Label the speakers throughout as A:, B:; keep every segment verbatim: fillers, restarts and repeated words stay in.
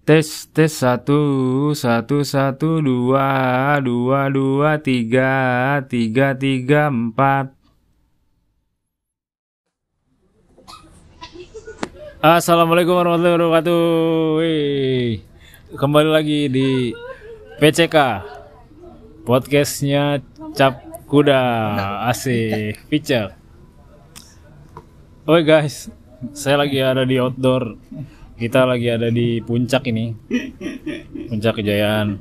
A: Tes tes satu satu satu dua dua dua tiga tiga tiga empat. Assalamualaikum warahmatullahi wabarakatuh. Wih. Kembali lagi di P C K podcastnya Cap Kuda. Asik feature. Oi guys, saya lagi ada di outdoor. Kita lagi ada di puncak ini, puncak Kejayaan.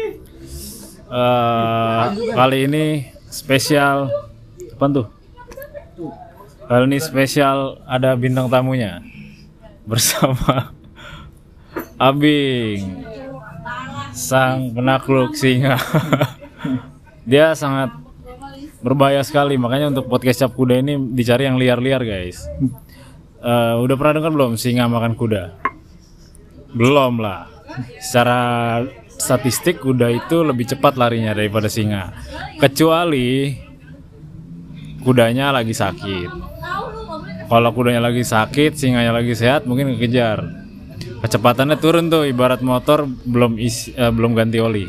A: Uh, kali ini spesial, apa tuh? Kali ini spesial ada bintang tamunya bersama Abing, sang penakluk singa. Dia sangat berbahaya sekali, makanya untuk podcast Cap Kuda ini dicari yang liar-liar guys. Uh, udah pernah dengar belum singa makan kuda? Belum lah. Secara statistik kuda itu lebih cepat larinya daripada singa, kecuali kudanya lagi sakit. Kalau kudanya lagi sakit, singanya lagi sehat, mungkin kekejar. Kecepatannya turun tuh, ibarat motor belum isi, uh, belum ganti oli.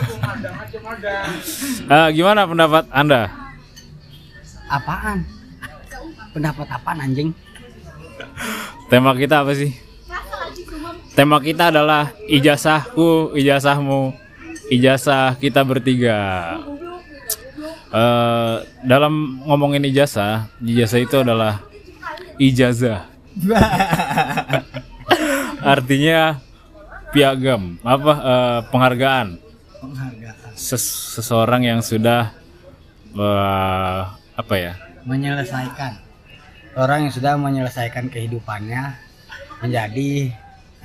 A: uh, Gimana pendapat Anda?
B: Apaan? Pendapat apaan anjing?
A: Tema kita apa sih? Tema kita adalah ijazahku, ijazahmu, ijazah kita bertiga. Uh, dalam ngomongin ijazah, ijazah itu adalah ijazah. Artinya piagam, apa uh, penghargaan. Ses- seseorang yang sudah uh, apa ya?
B: Menyelesaikan. Orang yang sudah menyelesaikan kehidupannya menjadi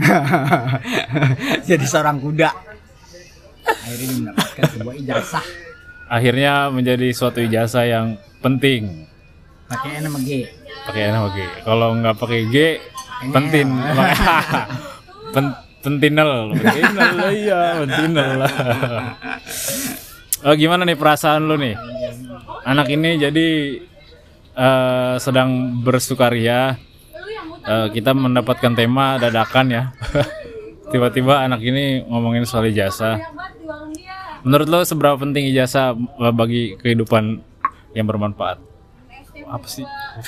B: jadi seorang kuda. Akhirnya mendapatkan sebuah ijazah.
A: Akhirnya menjadi suatu ijazah yang penting.
B: Pakai N sama G.
A: Pakai N sama G. Kalau nggak pakai G, pentin. Pen, pentinel. Pentinel lah ya, pentinel lah. Oh, gimana nih perasaan lu nih? Anak ini jadi uh, sedang bersukaria. Uh, kita mendapatkan tema dadakan ya. Tiba-tiba anak ini ngomongin soal ijazah. Menurut lo seberapa penting ijazah bagi kehidupan yang bermanfaat? Apa sih?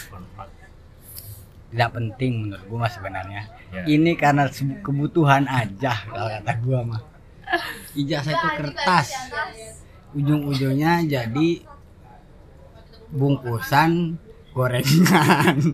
B: Tidak penting menurut gue mah sebenarnya.
A: Ya.
B: Ini karena kebutuhan aja kalau kata gue mah. Ijazah itu kertas. Ujung-ujungnya jadi bungkusan gorengan.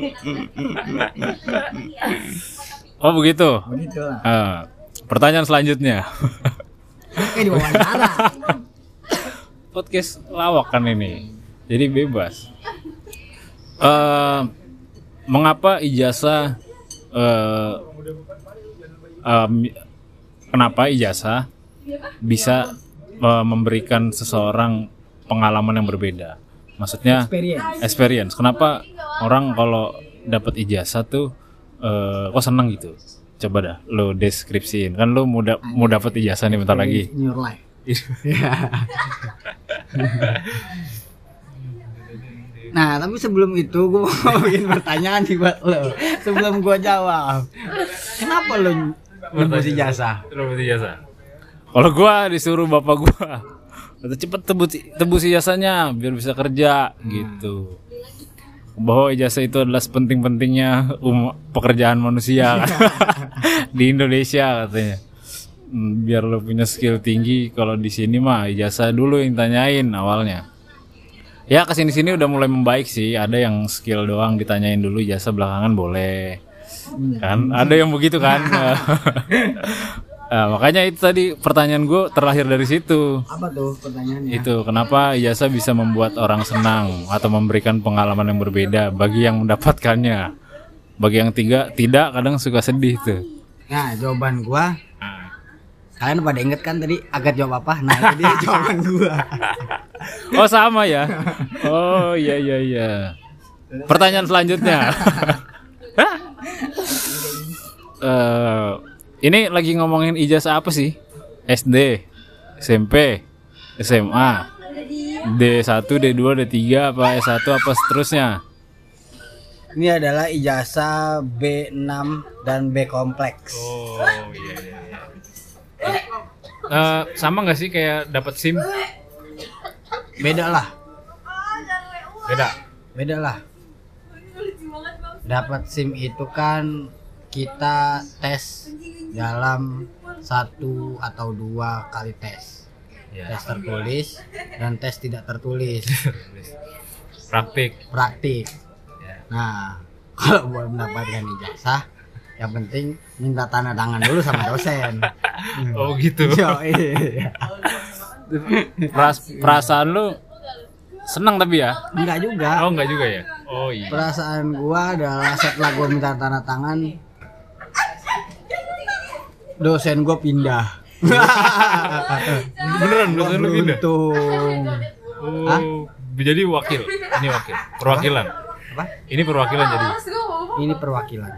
A: Oh begitu.
B: Begitu lah.
A: Uh, pertanyaan selanjutnya.
B: Kayak diwawancara.
A: Podcast lawak kan ini, jadi bebas. Uh, mengapa ijazah? Uh, um, kenapa ijazah bisa uh, memberikan seseorang pengalaman yang berbeda? Maksudnya
B: Experience.
A: experience. Kenapa orang kalau dapat ijazah tuh uh, kok seneng gitu? Coba dah lo deskripsiin. Kan lo mau da- mau dapat ijazah nih bentar lagi.
B: In your life. Nah, tapi sebelum itu gue mau bikin pertanyaan nih buat lo. Sebelum gue jawab, kenapa lo nembus ijazah?
A: Dapat ijazah. Kalau gua disuruh bapak gua, cepet tebus tebus ijazahnya biar bisa kerja gitu. Bahwa ijazah itu adalah sepenting-pentingnya um, pekerjaan manusia di Indonesia katanya. Biar lo punya skill tinggi, kalau di sini mah ijazah dulu yang tanyain awalnya. Ya kesini-sini udah mulai membaik sih. Ada yang skill doang ditanyain dulu, ijazah belakangan boleh. Kan ada yang begitu kan. Nah, makanya itu tadi pertanyaan gue terlahir dari situ.
B: Apa tuh pertanyaannya?
A: Itu kenapa ijazah bisa membuat orang senang atau memberikan pengalaman yang berbeda bagi yang mendapatkannya. Bagi yang tiga tidak, kadang suka sedih tuh.
B: Nah, jawaban gua. Kalian pada inget kan tadi agak jawab apa? Nah, itu dia jawaban gua.
A: Oh sama ya. Oh iya iya iya. Pertanyaan selanjutnya. uh, Ini lagi ngomongin ijazah apa sih? S D, S M P, S M A, D satu, D dua, D tiga, apa S satu, apa seterusnya?
B: Ini adalah ijazah B enam dan B kompleks.
A: Oh iya iya. Eh, sama nggak sih kayak dapat SIM?
B: Beda lah,
A: Beda.
B: beda lah. Dapat SIM itu kan kita tes dalam satu atau dua kali tes.
A: Ya.
B: Tes tertulis dan tes tidak tertulis.
A: Praktik.
B: Praktik.
A: Ya.
B: Nah, kalau buat mendapatkan ijazah, yang penting minta tanda tangan dulu sama dosen.
A: Oh gitu.
B: Yo, iya.
A: Peras- perasaan lu senang tapi ya?
B: Enggak juga.
A: Oh enggak juga ya? Oh iya.
B: Perasaan gua adalah setelah gua minta tanda tangan, dosen gua pindah.
A: Beneran dosen lu pindah?
B: Beruntung.
A: Oh,
B: Hah?
A: jadi wakil. Ini wakil. Perwakilan.
B: Apa?
A: Ini perwakilan jadi.
B: Ini perwakilan.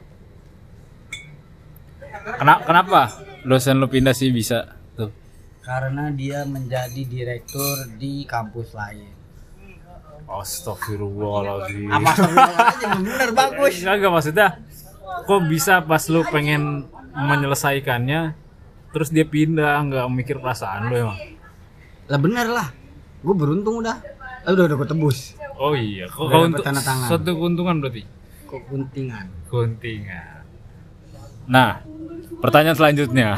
A: Kena- kenapa dosen lu pindah sih bisa tuh?
B: Karena dia menjadi direktur di kampus lain.
A: Astagfirullahaladzim.
B: Apa aja bener bagus.
A: Enggak maksudnya kok bisa pas lu pengen menyelesaikannya terus dia pindah, nggak mikir perasaan lu emang?
B: Lah bener lah. Gue beruntung udah. Eh, udah udah gue tebus.
A: Oh iya, kok
B: Udah
A: untuk
B: dapet tanda tangan.
A: suatu keuntungan berarti?
B: Keuntingan.
A: Keuntungan. Nah, pertanyaan selanjutnya.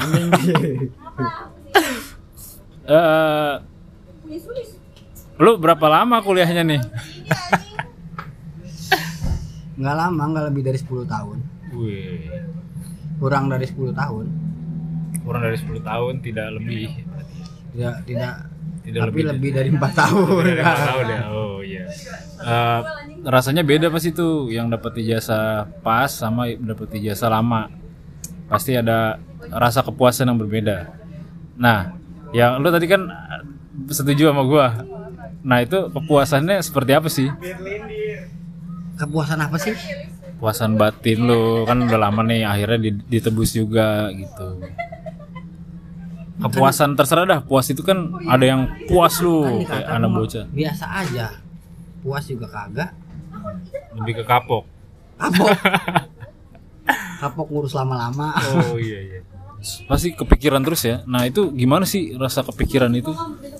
A: Eh, lu berapa lama kuliahnya nih?
B: Nggak lama, nggak lebih dari sepuluh tahun.
A: Wih,
B: Kurang dari sepuluh tahun.
A: kurang dari sepuluh tahun, tidak lebih.
B: Tidak tidak
A: Tidak
B: tapi lebih, dari empat tahun.
A: Lebih dari empat tahun ya. Oh iya. Eh, rasanya beda pasti tuh yang dapat ijazah pas sama dapat ijazah lama. Pasti ada rasa kepuasan yang berbeda. Nah, yang lu tadi kan setuju sama gua. Nah, itu kepuasannya seperti apa sih?
B: Kepuasan apa sih?
A: Kepuasan batin lu kan udah lama nih akhirnya ditebus juga gitu. Kepuasan terserah dah, puas itu kan ada yang puas lu
B: Kan
A: kayak
B: dikatakan
A: anak
B: mah
A: bocah.
B: biasa aja. Puas juga kagak.
A: Lebih ke kapok.
B: Kapok. Kapok ngurus lama-lama.
A: Oh iya iya. Pasti kepikiran terus ya. Nah itu gimana sih rasa kepikiran itu?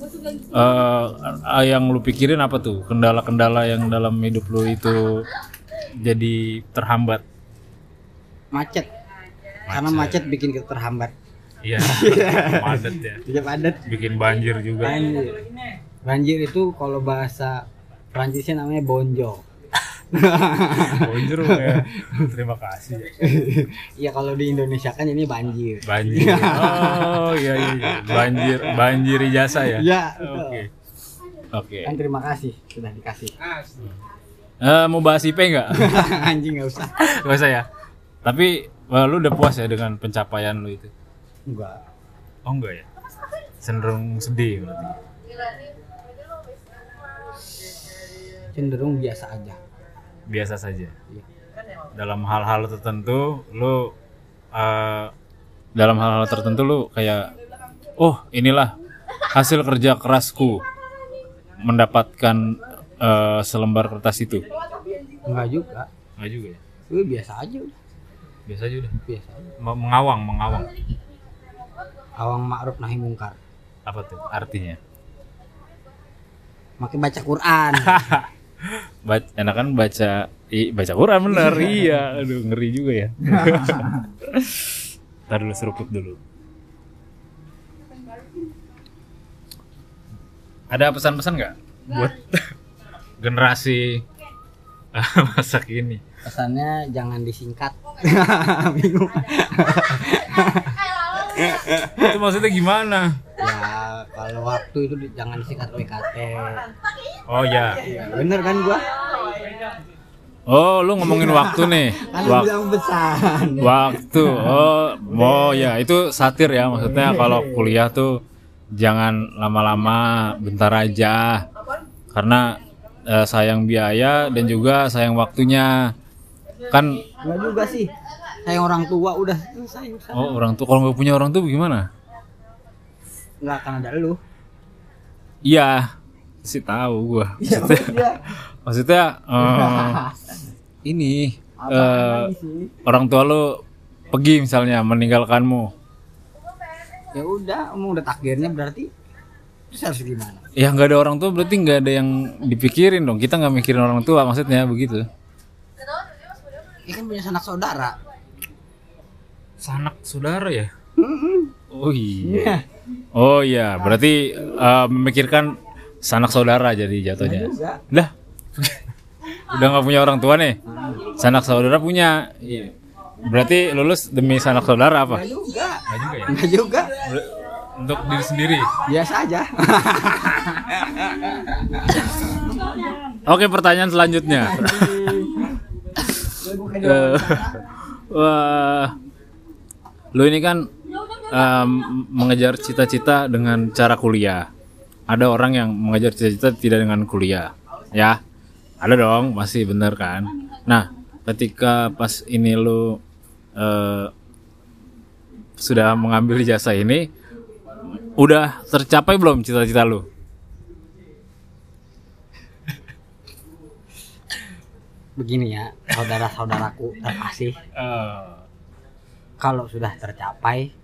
A: Eh yang lu pikirin apa tuh? Kendala-kendala yang dalam hidup lu itu jadi terhambat?
B: Macet. Karena macet bikin kita terhambat.
A: Iya. Padat ya.
B: Dia padat.
A: Bikin banjir juga.
B: Banjir. Banjir itu kalau bahasa Prancisnya namanya bonjo.
A: Bonjour ya. Terima kasih.
B: Iya kalau di Indonesia kan ini banjir.
A: Banjir. Oh iya iya. iya. Banjir, banjir ijazah ya.
B: Iya.
A: Oke. Oke.
B: Kan terima kasih sudah dikasih.
A: Eh, mau bahas I P nggak?
B: Anjing nggak usah.
A: Nggak usah ya. Tapi wah, lu udah puas ya dengan pencapaian lu itu?
B: Enggak.
A: Oh enggak ya. Cenderung sedih berarti.
B: Cenderung biasa aja.
A: Biasa saja.
B: Iya.
A: Dalam hal-hal tertentu lu uh, dalam hal-hal tertentu lu kayak oh inilah hasil kerja kerasku mendapatkan uh, selembar kertas itu.
B: Enggak juga.
A: Enggak juga ya.
B: Itu biasa aja udah.
A: Biasa aja udah.
B: Biasa aja.
A: M- mengawang, mengawang.
B: Awang ma'ruf nahi mungkar.
A: Apa tuh artinya?
B: Makin baca Quran.
A: Baca, enakan baca i, baca Quran bener. Iya, aduh ngeri juga ya. Ntar dulu seruput dulu. Ada pesan-pesan nggak buat generasi masa kini?
B: Pesannya jangan disingkat. Bingung.
A: Itu maksudnya gimana?
B: Ya kalau waktu itu di- jangan disingkat W K T.
A: Oh ya.
B: Ya, bener kan gua?
A: Oh, lu ngomongin waktu nih.
B: Kan lu
A: Wak-
B: bilang pesan.
A: waktu. Oh, oh ya, itu satir ya maksudnya kalau kuliah tuh jangan lama-lama, bentar aja. Karena eh, sayang biaya dan juga sayang waktunya. Kan
B: Enggak juga sih. Saya orang tua udah selesai urusan.
A: oh, orang tuh kalau nggak punya orang tuh gimana?
B: Enggak akan ada lu.
A: Iya, sih tahu gua.
B: Ya
A: Maksudnya,
B: udah.
A: maksudnya eh, ini eh,
B: Lagi sih?
A: orang tua lu pergi misalnya meninggalkanmu.
B: Ya udah, emang udah takdirnya berarti terus harus gimana?
A: Ya nggak ada orang tua berarti nggak ada yang dipikirin dong. Kita nggak mikirin orang tua, maksudnya begitu.
B: Ya kan punya sanak saudara.
A: Sanak saudara ya?
B: Mm-mm.
A: Oh iya.
B: Iya.
A: Oh iya, berarti uh, memikirkan sanak saudara jadi jatuhnya.
B: Juga.
A: Dah. Udah nggak punya orang tua nih. Sanak saudara punya. Iya. Berarti lulus demi sanak saudara apa?
B: Enggak juga.
A: Nggak juga ya.
B: Enggak juga.
A: Untuk diri sendiri.
B: Biasa aja.
A: Oke, pertanyaan selanjutnya. Eh, Wah, lu ini kan um, mengejar cita-cita dengan cara kuliah. Ada orang yang mengejar cita-cita tidak dengan kuliah, ya? Ada dong, masih bener kan? Nah, ketika pas ini lu uh, sudah mengambil ijazah ini, udah tercapai belum cita-cita lu?
B: Begini ya, saudara-saudaraku terkasih,
A: Uh,
B: kalau sudah tercapai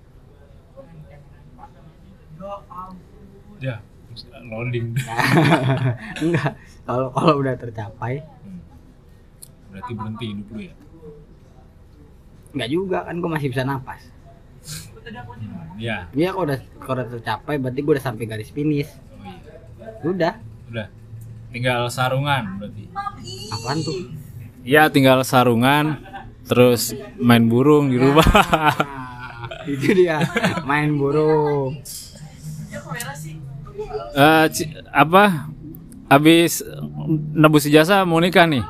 A: ya, loading.
B: enggak, kalau kalau udah tercapai
A: Berarti berhenti hidup lu ya?
B: enggak juga kan, gue masih bisa napas.
A: Ya.
B: Iya, kalau udah kalau udah tercapai berarti gue udah sampai garis finish.
A: Oh iya.
B: Udah.
A: Udah. Tinggal sarungan berarti.
B: Apaan tuh?
A: Ya, tinggal sarungan terus main burung di rumah.
B: Nah, itu dia, main burung.
A: Eh, ci- apa? Habis nebus ijazah mau nikah nih.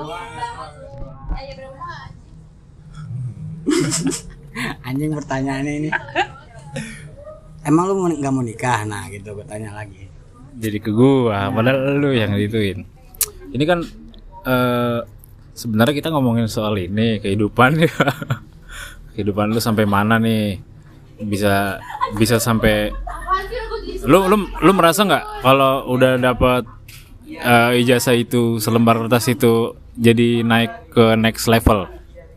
B: Anjing pertanyaannya ini. Emang lu mau nggak mau nikah? Nah, gitu gue tanya lagi.
A: Jadi ke gua, padahal lu yang gituin. Ini kan eh sebenarnya kita ngomongin soal ini kehidupan ya. Kehidupan lu sampai mana nih? Bisa bisa sampai lu lu lu merasa nggak kalau udah dapat eh, ijazah itu, selembar kertas itu jadi naik ke next level?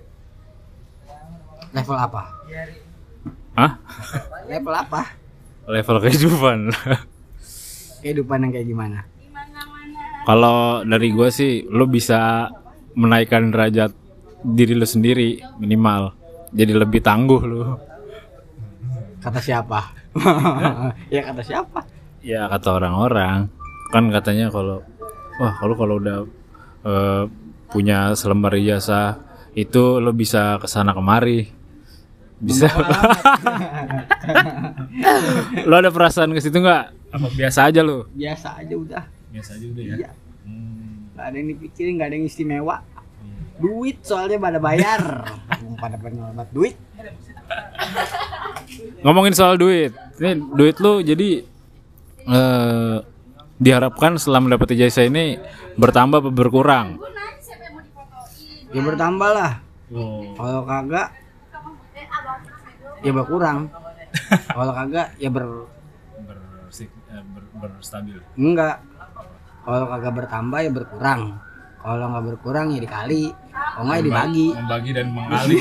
B: Level apa?
A: Hah?
B: Level apa?
A: Level kehidupan.
B: Kehidupan yang kayak gimana?
A: Kalau dari gue sih, lo bisa menaikkan derajat diri lo sendiri minimal, jadi lebih tangguh lo.
B: Kata siapa? Ya kata siapa?
A: Ya kata orang-orang, kan katanya kalau, wah kalau kalau udah eh, punya selembar ijazah itu lo bisa kesana kemari, bisa. Lo ada perasaan ke situ nggak? Apa biasa aja lo?
B: Biasa aja udah.
A: Biasa aja udah ya.
B: Iya.
A: Hmm.
B: Gak ada yang dipikirin, gak ada yang istimewa. Duit soalnya pada bayar. Pada penyelamat duit.
A: Ngomongin soal duit, ini duit lu jadi eh, diharapkan setelah mendapat ijazah ini bertambah atau berkurang?
B: Ya bertambah lah.
A: Oh.
B: Kalau kagak ya berkurang. Kalau kagak ya ber
A: berstabil.
B: enggak. Kalau kagak bertambah ya berkurang. Kalau nggak berkurang ya dikali. Kalau nggak ya dibagi.
A: Membagi dan mengalih.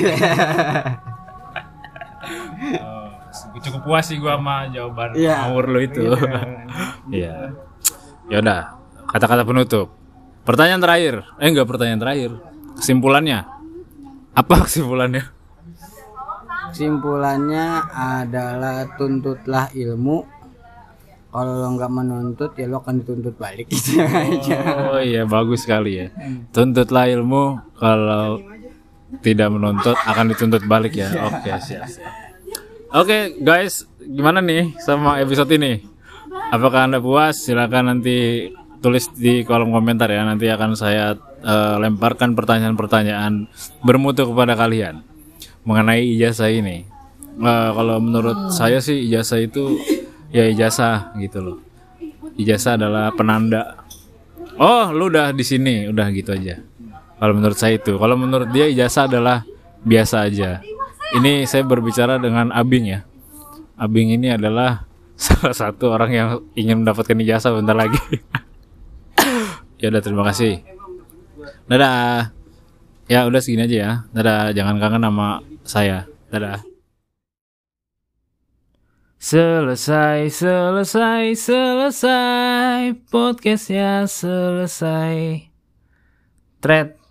A: Oh, cukup puas sih gua sama jawaban
B: Iya.
A: ngawur lo itu. Iya. Ya udah, kata-kata penutup. Pertanyaan terakhir. Eh enggak, pertanyaan terakhir. Kesimpulannya. Apa kesimpulannya?
B: Kesimpulannya adalah tuntutlah ilmu. Kalau lo nggak menuntut ya lo akan dituntut balik gitu aja.
A: Oh iya, bagus sekali ya. Tuntutlah ilmu, kalau tidak menuntut akan dituntut balik ya. Oke, siap. siap. Oke, guys, gimana nih sama episode ini? Apakah Anda puas? Silakan nanti tulis di kolom komentar ya. Nanti akan saya uh, lemparkan pertanyaan-pertanyaan bermutu kepada kalian mengenai ijazah ini. Uh, kalau menurut saya sih ijazah itu ya ijazah gitu loh. Ijazah adalah penanda. Oh, lu udah di sini, udah gitu aja. Kalau menurut saya itu. Kalau menurut dia ijazah adalah biasa aja. Ini saya berbicara dengan Abing ya. Abing ini adalah salah satu orang yang ingin mendapatkan ijazah bentar lagi. Ya udah, terima kasih. Dadah. Ya udah segini aja ya. Dadah, jangan kangen sama saya. Dadah. Selesai, selesai, selesai. Podcastnya selesai. Thread.